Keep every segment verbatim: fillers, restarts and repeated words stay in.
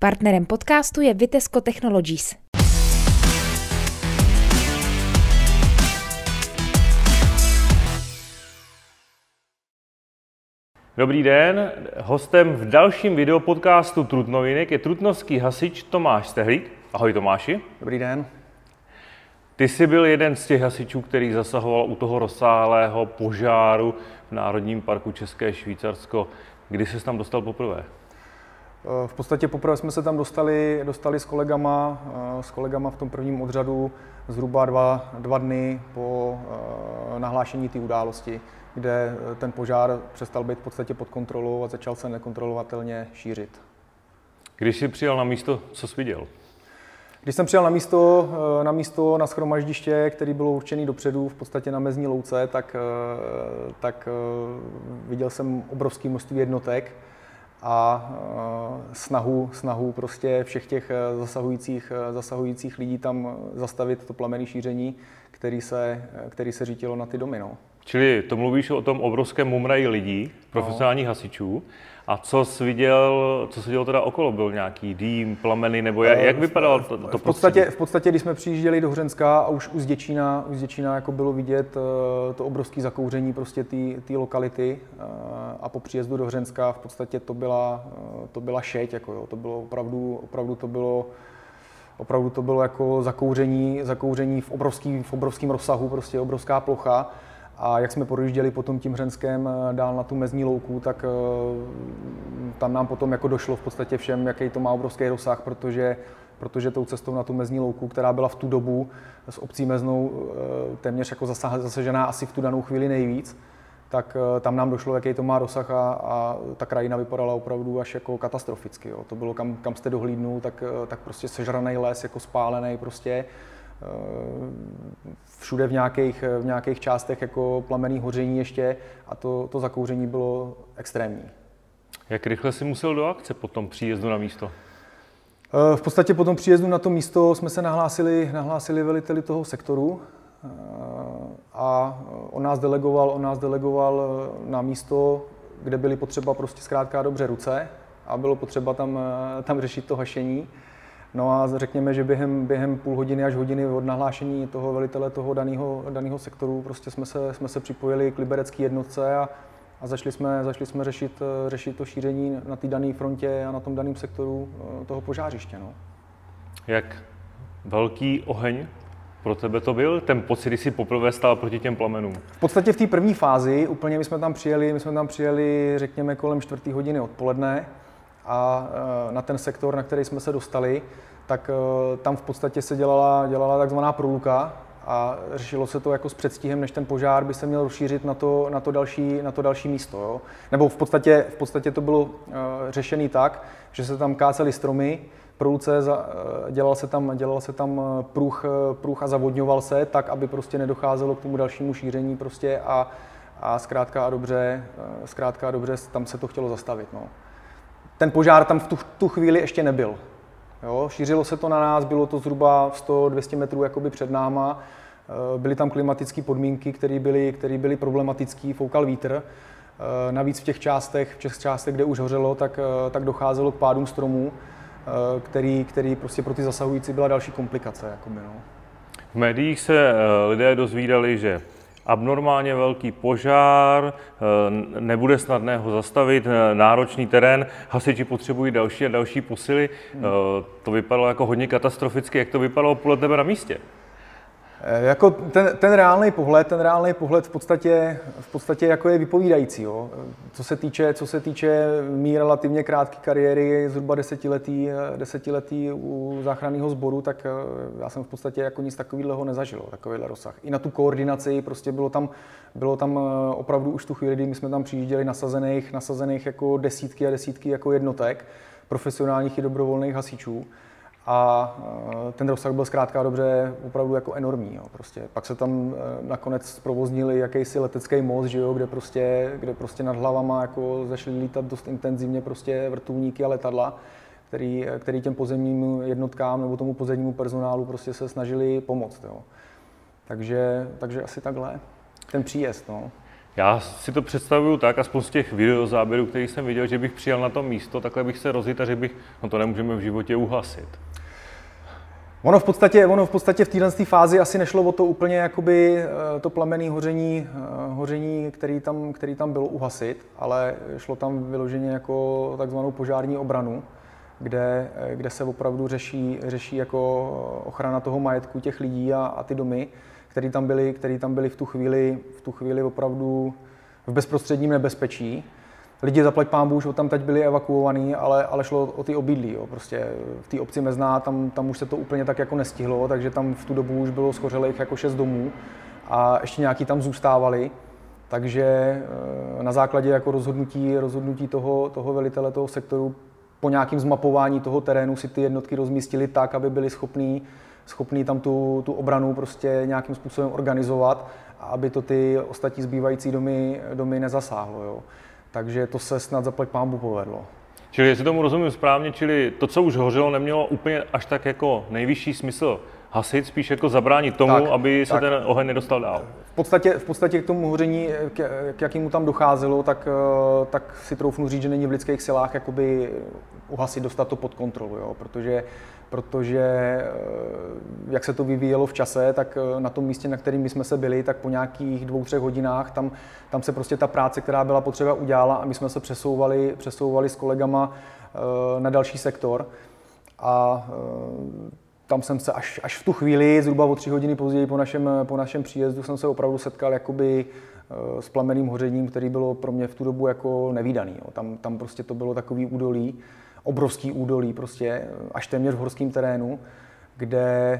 Partnerem podcastu je Vitesco Technologies. Dobrý den, hostem v dalším videopodcastu Trutnovinek je trutnovský hasič Tomáš Stehlík. Ahoj Tomáši. Dobrý den. Ty jsi byl jeden z těch hasičů, který zasahoval u toho rozsáhlého požáru v Národním parku České Švýcarsko. Kdy jsi tam dostal poprvé? V podstatě poprvé jsme se tam dostali, dostali s kolegama, s kolegama v tom prvním odřadu zhruba dva, dva dny po nahlášení té události, kde ten požár přestal být v podstatě pod kontrolou a začal se nekontrolovatelně šířit. Když jsi přijel na místo, co jsi viděl? Když jsem přijel na místo, na místo na shromaždiště, který bylo určený dopředu, v podstatě na mezní louce, tak, tak viděl jsem obrovské množství jednotek a snahu, snahu prostě všech těch zasahujících, zasahujících lidí tam zastavit to plamenné šíření, který se, který se řítilo na ty domy. No. Čili to mluvíš o tom obrovském mumraji lidí, profesionálních no. hasičů. A co jsi viděl, co se dělo teda okolo? Byl nějaký dým, plameny, nebo jak, jak vypadalo to, to v podstatě, v podstatě, když jsme přijížděli do Hřenska a už u Zděčína, u Zděčína jako bylo vidět to obrovské zakouření prostě té lokality a po příjezdu do Hřenska v podstatě to byla, to byla šeť, jako jo, to bylo opravdu, opravdu to bylo Opravdu to bylo jako zakouření, zakouření v obrovském v obrovském rozsahu, prostě obrovská plocha. A jak jsme projížděli potom tím Hřenskem dál na tu mezní louku, tak tam nám potom jako došlo v podstatě všem, jaký to má obrovský rozsah, protože, protože tou cestou na tu mezní louku, která byla v tu dobu s obcí meznou téměř jako zasažená asi v tu danou chvíli nejvíc, tak tam nám došlo, jaký to má rozsah a, a ta krajina vypadala opravdu až jako katastroficky. Jo. To bylo, kam, kam jste dohlídnul, tak, tak prostě sežraný les, jako spálený prostě. Všude v nějakých, v nějakých částech jako plamenný hoření ještě a to, to zakouření bylo extrémní. Jak rychle jsi musel do akce po tom příjezdu na místo? V podstatě po tom příjezdu na to místo jsme se nahlásili, nahlásili veliteli toho sektoru a on nás delegoval, on nás delegoval na místo, kde byly potřeba prostě zkrátka dobře ruce a bylo potřeba tam, tam řešit to hašení. No a řekněme, že během, během půl hodiny až hodiny od nahlášení toho velitele toho daného, daného sektoru prostě jsme se, jsme se připojili k liberecké jednotce a, a začali jsme, začali jsme řešit, řešit to šíření na té dané frontě a na tom daném sektoru toho požářiště. No. Jak velký oheň pro tebe to byl? Ten pocit, když jsi poprvé stál proti těm plamenům? V podstatě v té první fázi úplně my jsme tam přijeli, my jsme tam přijeli řekněme kolem čtvrté hodiny odpoledne. A na ten sektor, na který jsme se dostali, tak tam v podstatě se dělala, dělala takzvaná proluka a řešilo se to jako s předstihem, než ten požár by se měl rozšířit na to, na to, další, na to další místo. Jo. Nebo v podstatě, v podstatě to bylo řešené tak, že se tam kácely stromy, proluce, dělal se tam, dělal se tam pruh, pruh a zavodňoval se tak, aby prostě nedocházelo k tomu dalšímu šíření prostě a, a zkrátka a dobře, zkrátka a dobře tam se to chtělo zastavit. No. Ten požár tam v tu, tu chvíli ještě nebyl. Jo, šířilo se to na nás, bylo to zhruba sto až dvě stě metrů jakoby před náma. Byly tam klimatické podmínky, které byly, které byly problematické, foukal vítr. Navíc v těch částech, v těch částech, kde už hořelo, tak, tak docházelo k pádům stromů, který, který prostě pro ty zasahující byla další komplikace. Jakoby, no. V médiích se lidé dozvídali, že abnormálně velký požár, nebude snadné ho zastavit, náročný terén, hasiči potřebují další a další posily. Hmm. To vypadalo jako hodně katastroficky. Jak to vypadalo podle tebe na místě? Jako ten, ten reálný pohled, ten reálný pohled v podstatě, v podstatě jako je vypovídající. Jo. Co se týče, co se týče mý relativně krátké kariéry, zhruba desetiletí, desetiletí u záchranného sboru, tak já jsem v podstatě jako nic takového nezažil, takovýhle rozsah. I na tu koordinaci prostě bylo tam, bylo tam opravdu už tu chvíli, kdy my jsme tam přijížděli nasazených, nasazených jako desítky a desítky jako jednotek profesionálních i dobrovolných hasičů. A ten rozsah byl zkrátka dobře opravdu jako enormní. Jo, prostě. Pak se tam nakonec zprovoznili jakýsi letecký most, že jo, kde, prostě, kde prostě nad hlavama jako začaly lítat dost intenzivně prostě vrtulníky a letadla, který, který těm pozemním jednotkám nebo tomu pozemnímu personálu prostě se snažili pomoct. Jo. Takže, takže asi takhle ten příjezd. No. Já si to představuju tak, aspoň z těch videozáběrů, který jsem viděl, že bych přijel na to místo, takhle bych se rozjit a že bych, no to nemůžeme v životě uhasit. Ono v podstatě, ono v podstatě v téhle fázi asi nešlo o to úplně jakoby to plamenné hoření, hoření který, tam, který tam bylo, uhasit, ale šlo tam vyloženě jako takzvanou požární obranu, kde, kde se opravdu řeší, řeší jako ochrana toho majetku těch lidí a, a ty domy, který tam byly, který tam byly v tu chvíli, v tu chvíli opravdu v bezprostředním nebezpečí. Lidi zaplať pánbůh už tam teď byli evakuovaní, ale, ale šlo o ty obydlí. Jo. Prostě v té obci Mezná tam, tam už se to úplně tak jako nestihlo, takže tam v tu dobu už bylo schořelých jako šest domů a ještě nějaký tam zůstávali. Takže na základě jako rozhodnutí, rozhodnutí toho, toho velitele toho sektoru po nějakém zmapování toho terénu si ty jednotky rozmístili tak, aby byli schopní, schopní tam tu, tu obranu prostě nějakým způsobem organizovat a aby to ty ostatní zbývající domy, domy nezasáhlo. Jo. Takže to se snad zaplať pánbůh povedlo. Čili jestli tomu rozumím správně, čili to, co už hořelo, nemělo úplně až tak jako nejvyšší smysl hasit, spíš jako zabránit tomu, tak, aby se tak. ten oheň nedostal dál. V podstatě, v podstatě k tomu hoření, k, k jakému tam docházelo, tak, tak si troufnu říct, že není v lidských silách jakoby uhasit, dostat to pod kontrolu, jo? Protože, protože jak se to vyvíjelo v čase, tak na tom místě, na kterým my jsme se byli, tak po nějakých dvou, třech hodinách tam, tam se prostě ta práce, která byla potřeba, udělala a my jsme se přesouvali, přesouvali s kolegama na další sektor. A tam jsem se až, až v tu chvíli, zhruba o tři hodiny později po našem, po našem příjezdu, jsem se opravdu setkal jakoby s plamenným hořením, který bylo pro mě v tu dobu jako nevídaný. Jo. Tam, tam prostě to bylo takový údolí, obrovský údolí prostě, až téměř v horském terénu, kde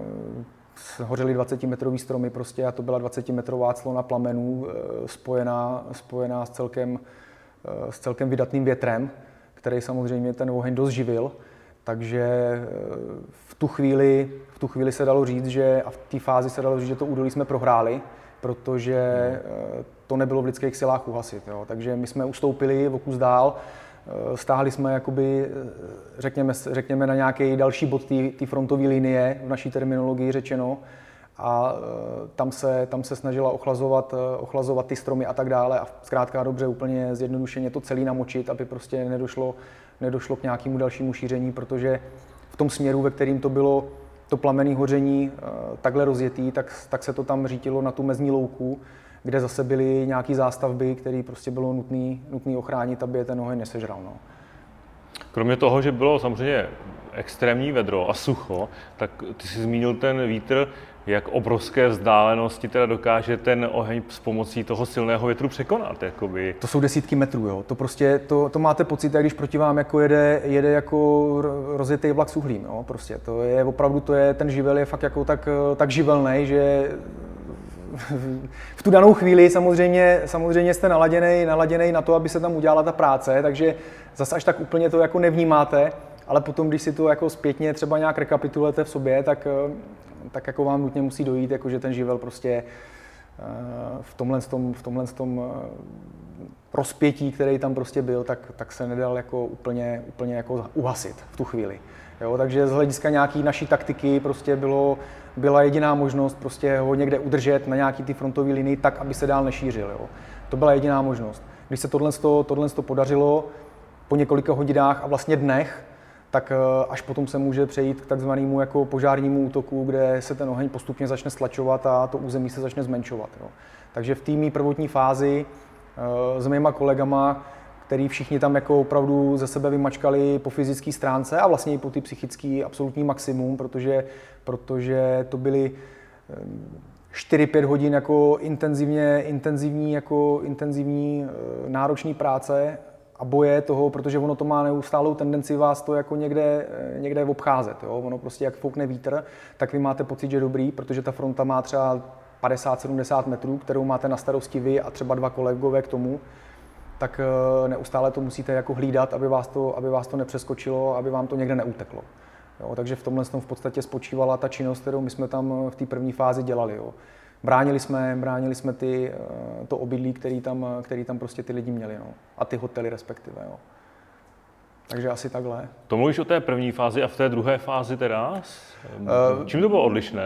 hořely dvacetimetrový stromy prostě a to byla dvacetimetrová clona plamenů spojená, spojená s celkem, s celkem vydatným větrem, který samozřejmě ten oheň dost živil. Takže v tu chvíli, v tu chvíli se dalo říct, že a v té fázi se dalo říct, že to údolí jsme prohráli, protože to nebylo v lidských silách uhasit. Jo. Takže my jsme ustoupili o kus dál, stáhli jsme jakoby, řekněme, řekněme na nějaký další bod té frontové linie, v naší terminologii řečeno, a tam se, tam se snažila ochlazovat, ochlazovat ty stromy a tak dále a zkrátka dobře úplně zjednodušeně to celé namočit, aby prostě nedošlo, nedošlo k nějakému dalšímu šíření, protože v tom směru, ve kterým to bylo to plamenné hoření takhle rozjetý, tak, tak se to tam řítilo na tu mezní louku, kde zase byly nějaké zástavby, které prostě bylo nutné nutný ochránit, aby je ten oheň nesežral. No. Kromě toho, že bylo samozřejmě extrémní vedro a sucho, tak ty jsi zmínil ten vítr, jak obrovské vzdálenosti teda dokáže ten oheň s pomocí toho silného větru překonat. Jakoby. To jsou desítky metrů, jo. To prostě, to, to máte pocit, jak když proti vám jako jede, jede jako rozjetý vlak s uhlím, jo. Prostě to je opravdu, to je, ten živel je fakt jako tak, tak živelný, že v tu danou chvíli samozřejmě, samozřejmě jste naladěnej, naladěnej na to, aby se tam udělala ta práce, takže zase až tak úplně to jako nevnímáte, ale potom, když si to jako zpětně třeba nějak rekapitulujete v sobě, tak, tak jako vám nutně musí dojít, jako že ten živel prostě v tomhle, tom, v tomhle tom rozpětí, který tam prostě byl, tak, tak se nedal jako úplně, úplně jako uhasit v tu chvíli. Jo, takže z hlediska nějaký naší taktiky prostě bylo, byla jediná možnost prostě ho někde udržet na nějaký ty frontové linii tak, aby se dál nešířil. Jo. To byla jediná možnost. Když se tohle, tohle podařilo po několika hodinách a vlastně dnech, tak až potom se může přejít k takzvanému jako požárnímu útoku, kde se ten oheň postupně začne stlačovat a to území se začne zmenšovat. Jo. Takže v té mý prvotní fázi s mýma kolegama, který všichni tam jako opravdu ze sebe vymačkali po fyzické stránce a vlastně i po ty psychické absolutní maximum, protože, protože to byly čtyři pět hodin jako intenzivně, intenzivní, jako intenzivní náročné práce a boje toho, protože ono to má neustálou tendenci vás to jako někde, někde obcházet. Jo? Ono prostě jak foukne vítr, tak vy máte pocit, že je dobrý, protože ta fronta má třeba padesát sedmdesát metrů, kterou máte na starosti vy a třeba dva kolegové k tomu, tak neustále to musíte jako hlídat, aby vás to, aby vás to nepřeskočilo, aby vám to někde neuteklo. Jo, takže v tomhle v podstatě spočívala ta činnost, kterou my jsme tam v té první fázi dělali. Jo. Bránili jsme, bránili jsme ty, to obydlí, který tam, který tam prostě ty lidi měli. No. A ty hotely respektive. Jo. Takže asi takhle. To mluvíš o té první fázi a v té druhé fázi teda? Čím to bylo odlišné?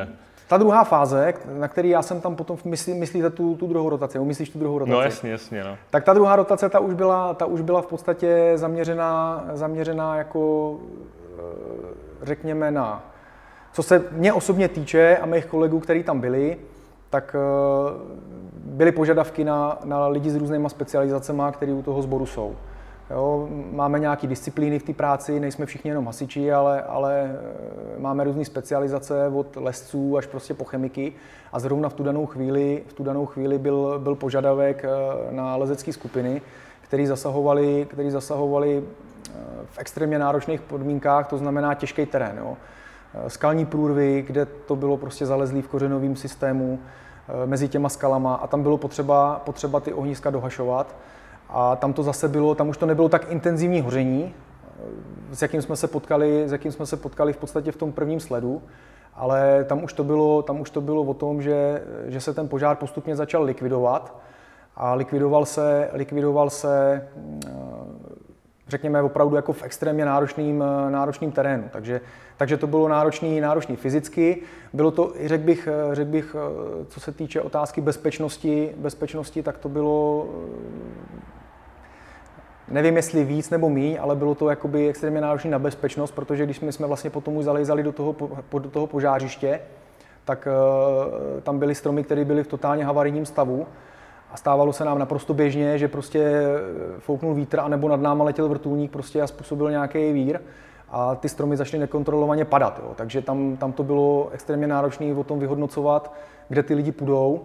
Ta druhá fáze, na který já jsem tam potom, myslí, myslíte tu, tu druhou rotaci, myslíš tu druhou rotaci? No jasně, jasně, no. Tak ta druhá rotace, ta už byla, ta už byla v podstatě zaměřená, zaměřená jako, řekněme, na, co se mě osobně týče a mých kolegů, kteří tam byli, tak byly požadavky na, na lidi s různýma specializacemi, kteří u toho sboru jsou. Jo, máme nějaké disciplíny v té práci, nejsme všichni jenom hasiči, ale, ale máme různé specializace od lesců až prostě po chemiky a zrovna v tu danou chvíli, v tu danou chvíli byl, byl požadavek na lezecké skupiny, který zasahovali, který zasahovali v extrémně náročných podmínkách, to znamená těžký terén. Jo. Skalní průrvy, kde to bylo prostě zalezlý v kořenovém systému mezi těma skalama a tam bylo potřeba, potřeba ty ohniska dohašovat. A tam to zase bylo, tam už to nebylo tak intenzivní hoření, s jakým jsme se potkali, s jakým jsme se potkali v podstatě v tom prvním sledu, ale tam už to bylo, tam už to bylo o tom, že, že se ten požár postupně začal likvidovat a likvidoval se, likvidoval se, řekněme, opravdu jako v extrémně náročným, náročným terénu. Takže, takže to bylo náročný, náročný fyzicky. Bylo to, řekl bych, řekl bych, co se týče otázky bezpečnosti, bezpečnosti, tak to bylo, nevím, jestli víc nebo míň, ale bylo to jakoby extrémně náročné na bezpečnost, protože když my jsme vlastně potom už zalezali do toho, do toho požářiště, tak uh, tam byly stromy, které byly v totálně havarijním stavu a stávalo se nám naprosto běžně, že prostě fouknul vítr anebo nad náma letěl vrtulník prostě a způsobil nějaký vír a ty stromy začaly nekontrolovaně padat. Jo. Takže tam, tam to bylo extrémně náročné o tom vyhodnocovat, kde ty lidi půjdou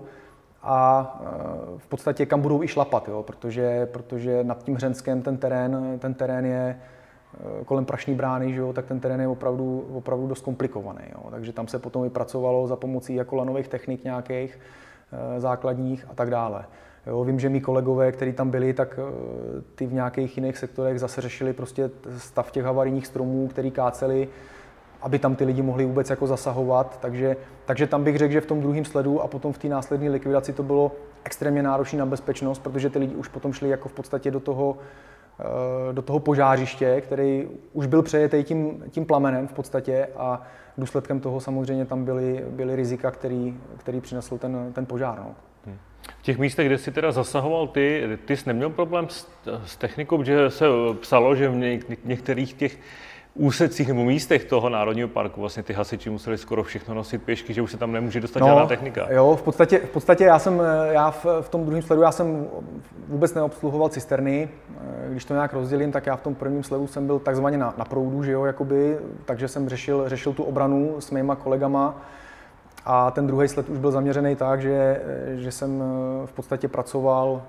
a v podstatě kam budou i šlapat, jo, protože, protože nad tím Hřenskem ten terén, ten terén je kolem Prašní brány, že jo, tak ten terén je opravdu, opravdu dost komplikovaný. Jo. Takže tam se potom i pracovalo za pomocí jako lanových technik nějakých základních a tak dále. Jo, vím, že mý kolegové, kteří tam byli, tak ty v nějakých jiných sektorech zase řešili prostě stav těch havarijních stromů, který káceli, aby tam ty lidi mohli vůbec jako zasahovat. Takže, takže tam bych řekl, že v tom druhém sledu a potom v té následné likvidaci to bylo extrémně náročné na bezpečnost, protože ty lidi už potom šli jako v podstatě do toho, do toho požářiště, který už byl přejetý tím, tím plamenem v podstatě a důsledkem toho samozřejmě tam byly, byly rizika, který, který přinesl ten, ten požár. No. V těch místech, kde jsi teda zasahoval ty, ty jsi neměl problém s, s technikou, že se psalo, že v něk- některých těch úsecích nebo místech toho národního parku vlastně ty hasiči museli skoro všechno nosit pěšky, že už se tam nemůže dostat no, žádná technika. Jo, v podstatě, v podstatě já jsem, já v, v tom druhém sledu já jsem vůbec neobsluhoval cisterny. Když to nějak rozdělím, tak já v tom prvním sledu jsem byl takzvaně na, na proudu, že jo, jakoby, takže jsem řešil, řešil tu obranu s mýma kolegama. A ten druhý sled už byl zaměřený tak, že, že jsem v podstatě pracoval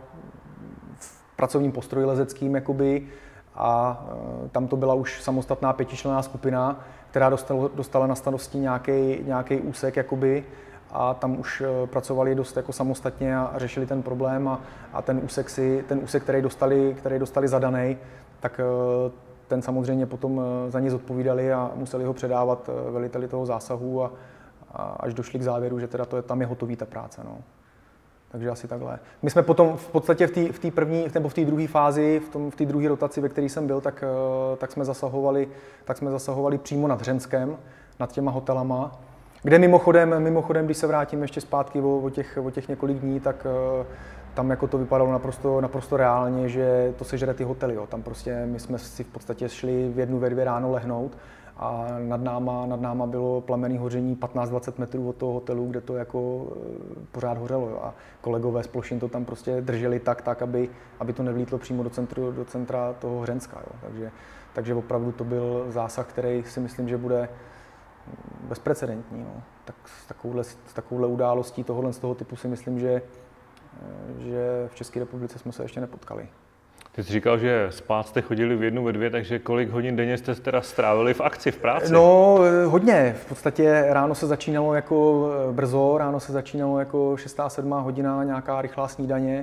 v pracovním postroji lezeckým, jakoby, a tam to byla už samostatná pětičlenná skupina, která dostala, dostala na starosti nějaký, nějaký úsek, jakoby, a tam už pracovali dost jako samostatně a, a řešili ten problém a, a ten úsek, si, ten úsek, který dostali, který dostali zadaný, tak ten samozřejmě potom za ně zodpovídali a museli ho předávat veliteli toho zásahu a, a až došli k závěru, že teda to je, tam je hotový ta práce. No. Takže asi takhle. My jsme potom v podstatě v té v té první nebo v té druhé fázi, v tom v té druhé rotaci, ve které jsem byl, tak, tak jsme zasahovali, tak jsme zasahovali přímo nad Hřenskem, nad těma hotelama, kde mimochodem, mimochodem, když se vrátím ještě zpátky o, o, těch, o těch několik dní, tak tam jako to vypadalo naprosto, naprosto reálně, že to sežere ty hotely. Jo. Tam prostě my jsme si v podstatě šli v jednu, ve dvě ráno lehnout a nad náma, nad náma bylo plamenné hoření patnáct dvacet metrů od toho hotelu, kde to jako pořád hořelo. Jo. A kolegové z plošin to tam prostě drželi tak, tak aby, aby to nevlítlo přímo do, centru, do centra toho Hřenska. Jo. Takže, takže opravdu to byl zásah, který si myslím, že bude bezprecedentní. No. Tak s takovouhle, s takovouhle událostí tohohle z toho typu si myslím, že, že v České republice jsme se ještě nepotkali. Ty jsi říkal, že spát jste chodili v jednu, ve dvě, takže kolik hodin denně jste teda strávili v akci, v práci? No, hodně. V podstatě ráno se začínalo jako brzo, ráno se začínalo jako šestá, sedmá hodina, nějaká rychlá snídaně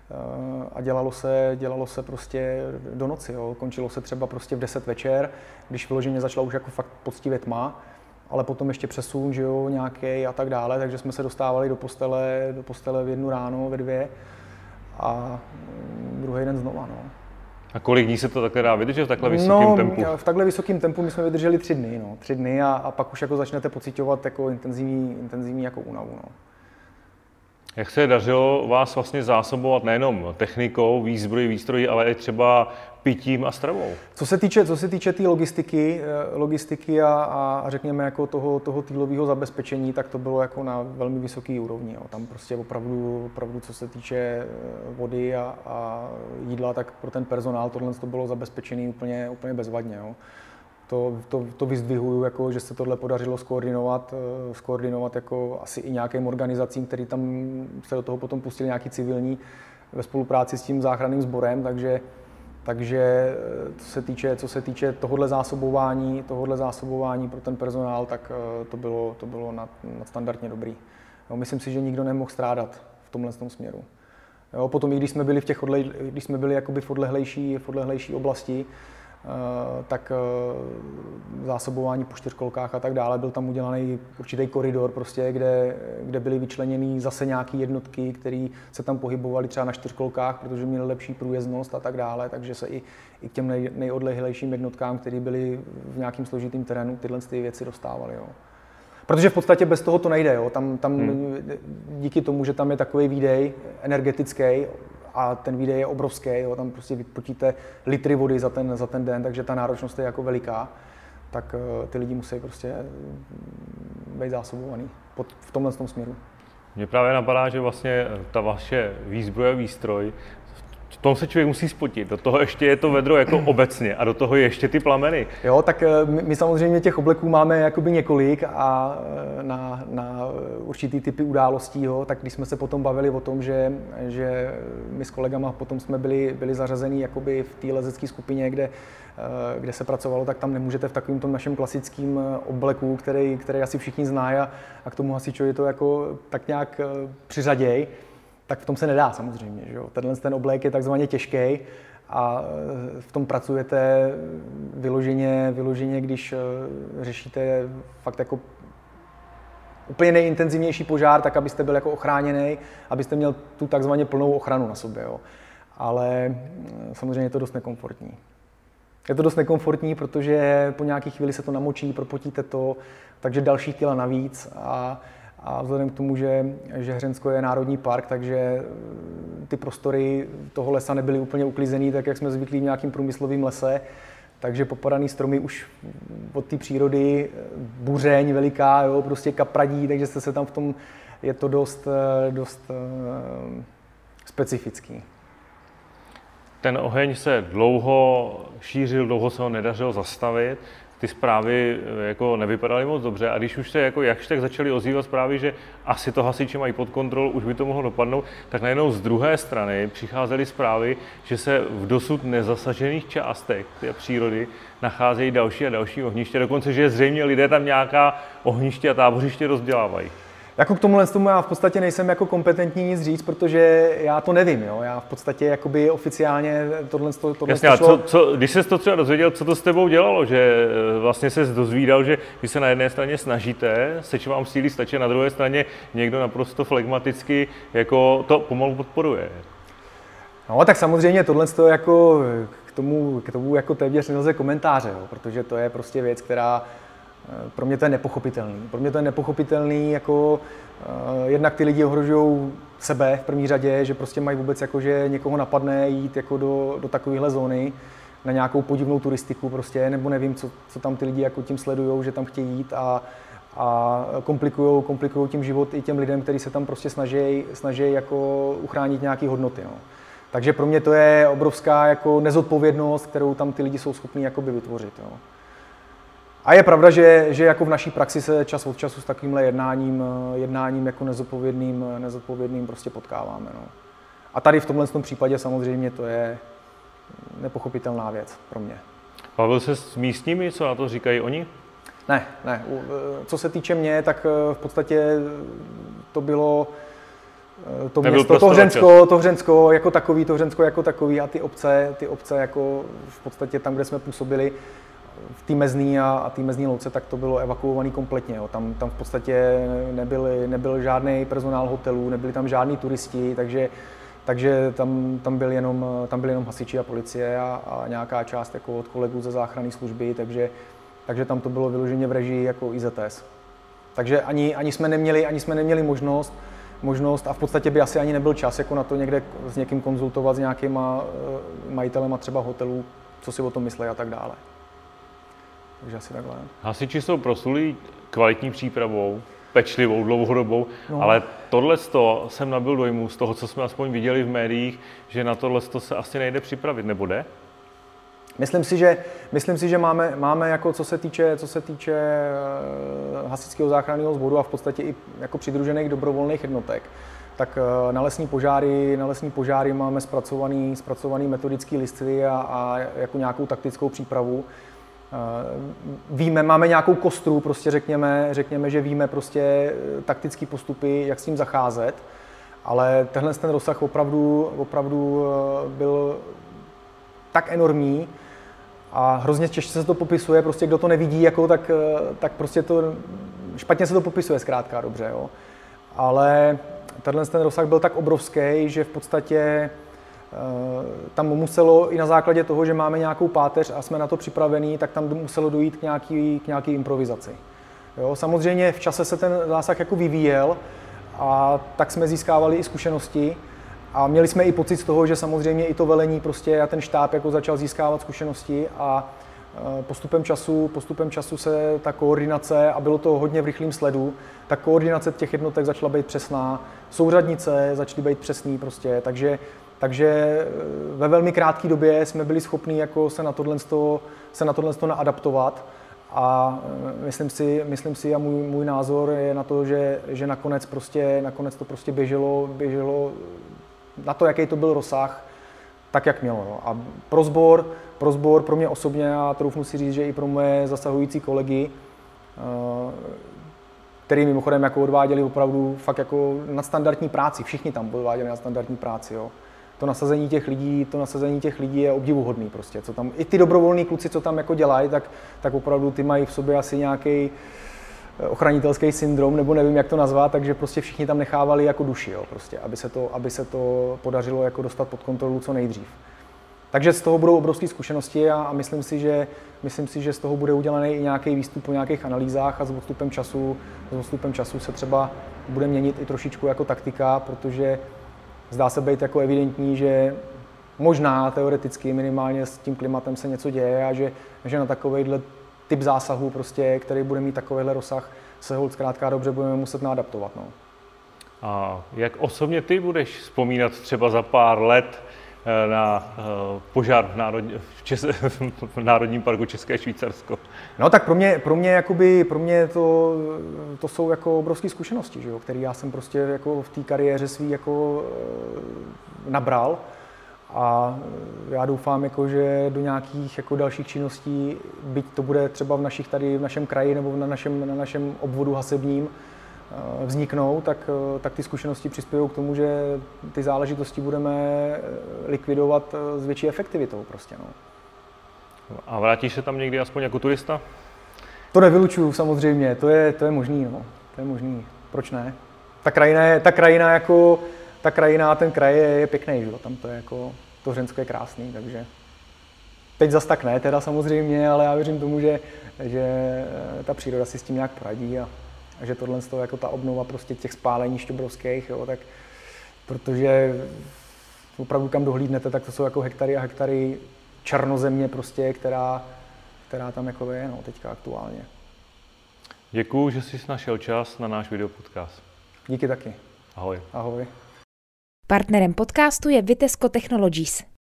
a dělalo se, dělalo se prostě do noci. Jo. Končilo se třeba prostě v deset večer, když vyloženě začala už jako fakt poctivě tma, ale potom ještě přesun, že jo, nějaký a tak dále, takže jsme se dostávali do postele, do postele v jednu ráno, ve dvě a druhý den znova, no. A kolik dní se to takhle dá vydržet v takhle vysokém no, tempu? V takhle vysokém tempu my jsme vydrželi tři dny, no. Tři dny a, a pak už jako začnete pociťovat jako intenzivní, intenzivní jako únavu. No. Jak se dařilo vás vlastně zásobovat nejenom technikou, výzbrojí, výstrojí, ale i třeba pitím a stravou? Co se týče, co se týče té tý logistiky, logistiky a, a řekněme jako toho, toho týlového zabezpečení, tak to bylo jako na velmi vysoké úrovni. Jo. Tam prostě opravdu, opravdu, co se týče vody a, a jídla, tak pro ten personál tohle to bylo zabezpečené úplně, úplně bezvadně. Jo. To, to, to vyzdvihuju, jako, že se tohle podařilo skoordinovat, skoordinovat jako asi i nějakým organizacím, který tam se do toho potom pustili nějaký civilní ve spolupráci s tím záchranným sborem, takže, takže co se týče, co se týče tohohle zásobování, tohohle zásobování pro ten personál, tak to bylo, to bylo nad, nadstandardně dobrý. Jo, myslím si, že nikdo nemohl strádat v tomhle tom směru. Jo, potom i když jsme byli v těch odle, když jsme byli jakoby v odlehlejší, v odlehlejší oblasti, Uh, tak uh, zásobování po čtyřkolkách a tak dále, byl tam udělaný určitý koridor, prostě, kde, kde byly vyčleněny zase nějaké jednotky, které se tam pohybovaly třeba na čtyřkolkách, protože měly lepší průjezdnost a tak dále, takže se i, i k těm nej, nejodlehlejším jednotkám, které byly v nějakým složitým terénu, tyhle ty věci dostávaly. Jo. Protože v podstatě bez toho to nejde. Jo. Tam, tam hmm. díky tomu, že tam je takový výdej energetický, a ten výdej je obrovský, jo, tam prostě vypotíte litry vody za ten, za ten den, takže ta náročnost je jako veliká, tak uh, ty lidi musí prostě být zásobovaný pod, v tomhle tom směru. Mně právě napadá, že vlastně ta vaše výzbroj a výstroj, v tom se člověk musí spotit, do toho ještě je to vedro jako obecně a do toho ještě ty plameny. Jo, tak my, my samozřejmě těch obleků máme jakoby několik a na, na určitý typy událostí, jo, tak když jsme se potom bavili o tom, že, že my s kolegama potom jsme byli, byli zařazení jakoby v té lezecké skupině, kde, kde se pracovalo, tak tam nemůžete v takovém tom našem klasickém obleku, který, který asi všichni znají a, a k tomu hasičovi to jako tak nějak přiřaděj. Tak v tom se nedá samozřejmě, že jo. Tenhle ten oblek je takzvaně těžký a v tom pracujete vyloženě, vyloženě, když řešíte fakt jako úplně nejintenzivnější požár, tak abyste byl jako ochráněný, abyste měl tu takzvaně plnou ochranu na sobě, jo. Ale samozřejmě je to dost nekomfortní. Je to dost nekomfortní, protože po nějaké chvíli se to namočí, propotíte to, takže další kila navíc a A vzhledem k tomu, že, že Hřensko je národní park, takže ty prostory toho lesa nebyly úplně uklizený, tak jak jsme zvyklí v nějakým průmyslovém lese. Takže popadaný stromy už od té přírody, buřeň veliká, jo, prostě kapradí, takže jste se tam v tom, je to dost, dost uh, specifický. Ten oheň se dlouho šířil, dlouho se ho nedařilo zastavit. Ty zprávy jako nevypadaly moc dobře a když už se jako jakž tak začaly ozývat zprávy, že asi to hasiči mají pod kontrolou, už by to mohlo dopadnout, tak najednou z druhé strany přicházely zprávy, že se v dosud nezasažených částech té přírody nacházejí další a další ohniště, dokonce, že zřejmě lidé tam nějaká ohniště a tábořiště rozdělávají. Jako k tomuhle tomu já v podstatě nejsem jako kompetentní nic říct, protože já to nevím, jo. Já v podstatě jakoby oficiálně tohle tohle Jasně, šlo... co, co, když ses to třeba dozvěděl, co to s tebou dělalo, že vlastně ses dozvídal, že vy se na jedné straně snažíte, seč vám sílí stačí, na druhé straně někdo naprosto flegmaticky jako to pomalu podporuje. No tak samozřejmě tohle jako k tomu, k tomu jako téměř nelze komentáře, jo, protože to je prostě věc, která pro mě to je nepochopitelný. Pro mě to je nepochopitelný, jako uh, jednak ty lidi ohrožují sebe v první řadě, že prostě mají vůbec jako, že někoho napadne jít jako do, do takovéhle zóny na nějakou podivnou turistiku prostě, nebo nevím, co, co tam ty lidi jako tím sledujou, že tam chtějí jít a, a komplikujou, komplikujou tím život i těm lidem, kteří se tam prostě snaží, snaží jako uchránit nějaké hodnoty. No. Takže pro mě to je obrovská jako nezodpovědnost, kterou tam ty lidi jsou schopní jakoby vytvořit. Jo. A je pravda, že, že jako v naší praxi se čas od času s takovýmhle jednáním, jednáním jako nezodpovědným, nezodpovědným prostě potkáváme. No. A tady v tomhle případě samozřejmě to je nepochopitelná věc pro mě. Bavil se s místními, co na to říkají oni? Ne, ne. Co se týče mě, tak v podstatě to bylo to město, to Hřensko, to Hřensko jako takový, to Hřensko jako takový a ty obce, ty obce jako v podstatě tam, kde jsme působili, v té mezní a, a té mezní louce, tak to bylo evakuované kompletně. Jo. Tam, tam v podstatě nebyl, nebyl žádný personál hotelů, nebyli tam žádní turisti, takže takže tam, tam, byl jenom, tam byli jenom hasiči a policie a, a nějaká část jako od kolegů ze záchranné služby, takže, takže tam to bylo vyloženě v režii jako I Z S. Takže ani, ani, jsme neměli, ani jsme neměli možnost, možnost a v podstatě by asi ani nebyl čas jako na to někde s někým konzultovat, s nějakýma majitelema třeba hotelů, co si o tom myslí a tak dále. Takže asi takhle. Hasiči jsou proslulí kvalitní přípravou, pečlivou, dlouhodobou, no. Ale tohle jsem nabyl dojmu z toho, co jsme aspoň viděli v médiích, že na tohle se asi nejde připravit, nebo jde? Myslím si, že, myslím si, že máme, máme jako co se týče, co se týče hasičského záchranného sboru a v podstatě i jako přidružených dobrovolných jednotek, tak na lesní požáry, na lesní požáry máme zpracovaný, zpracovaný metodický listy a, a jako nějakou taktickou přípravu. Víme, máme nějakou kostru, prostě řekněme, řekněme, že víme prostě taktické postupy, jak s tím zacházet, ale tenhle ten rozsah opravdu, opravdu byl tak enormní a hrozně těžce se to popisuje, prostě kdo to nevidí, jako, tak, tak prostě to špatně se to popisuje zkrátka dobře, jo. Ale tenhle ten rozsah byl tak obrovský, že v podstatě tam muselo i na základě toho, že máme nějakou páteř a jsme na to připravení, tak tam muselo dojít k nějaký, k nějaký improvizaci. Jo, samozřejmě v čase se ten zásah jako vyvíjel a tak jsme získávali i zkušenosti a měli jsme i pocit z toho, že samozřejmě i to velení prostě a ten štáb jako začal získávat zkušenosti a postupem času, postupem času se ta koordinace, a bylo to hodně v rychlém sledu, ta koordinace těch jednotek začala být přesná, souřadnice začaly být přesný prostě, takže Takže ve velmi krátké době jsme byli schopni jako se na tohle, se na tohle naadaptovat a myslím si, myslím si a můj, můj názor je na to, že, že nakonec, prostě, nakonec to prostě běželo, běželo na to, jaký to byl rozsah, tak, jak mělo. No. A pro sbor, pro sbor, pro mě osobně, a troufnu si říct, že i pro moje zasahující kolegy, který mimochodem jako odváděli opravdu fakt jako nadstandardní práci, všichni tam odváděli nadstandardní práci, jo. To nasazení těch lidí, to nasazení těch lidí je obdivuhodný prostě, co tam, i ty dobrovolní kluci, co tam jako dělají, tak, tak opravdu ty mají v sobě asi nějaký ochranitelský syndrom, nebo nevím, jak to nazvat, takže prostě všichni tam nechávali jako duši, jo, prostě, aby se to, aby se to podařilo jako dostat pod kontrolu co nejdřív. Takže z toho budou obrovské zkušenosti a, a myslím si, že, myslím si, že z toho bude udělaný i nějaký výstup po nějakých analýzách a s odstupem času, s odstupem času se třeba bude měnit i trošičku jako taktika, protože zdá se být jako evidentní, že možná teoreticky minimálně s tím klimatem se něco děje a že, že na takovejhle typ zásahu, prostě, který bude mít takovýhle rozsah, se ho zkrátka dobře budeme muset naadaptovat. No. A jak osobně ty budeš vzpomínat třeba za pár let na požár v, národ... v, Čes... v Národním parku České Švýcarsko? No tak pro mě, pro mě, jakoby, pro mě to, to jsou jako obrovské zkušenosti, že jo, které já jsem prostě jako v té kariéře svý jako nabral a já doufám, jako, že do nějakých jako dalších činností, byť to bude třeba v našich tady v našem kraji nebo na našem, na našem obvodu hasebním, vzniknou, tak, tak ty zkušenosti přispějí k tomu, že ty záležitosti budeme likvidovat s větší efektivitou prostě, no. A vrátíš se tam někdy aspoň jako turista? To nevylučuju samozřejmě, to je, to je možný, no. To je možný. Proč ne? Ta krajina, je, ta krajina jako, ta krajina, ten kraj je, je pěkný, že? Tam to je jako, to Hřensko je krásný, takže teď zas tak ne teda samozřejmě, ale já věřím tomu, že, že ta příroda si s tím nějak poradí a a že tohle je jako ta obnova prostě těch spálenišť obrovských, jo, tak protože opravdu kam dohlídnete, tak to jsou jako hektary a hektary černozemě prostě, která, která tam jako je, no, teďka aktuálně. Děkuju, že jsi našel čas na náš videopodcast. Díky taky. Ahoj. Ahoj. Partnerem podcastu je Vitesco Technologies.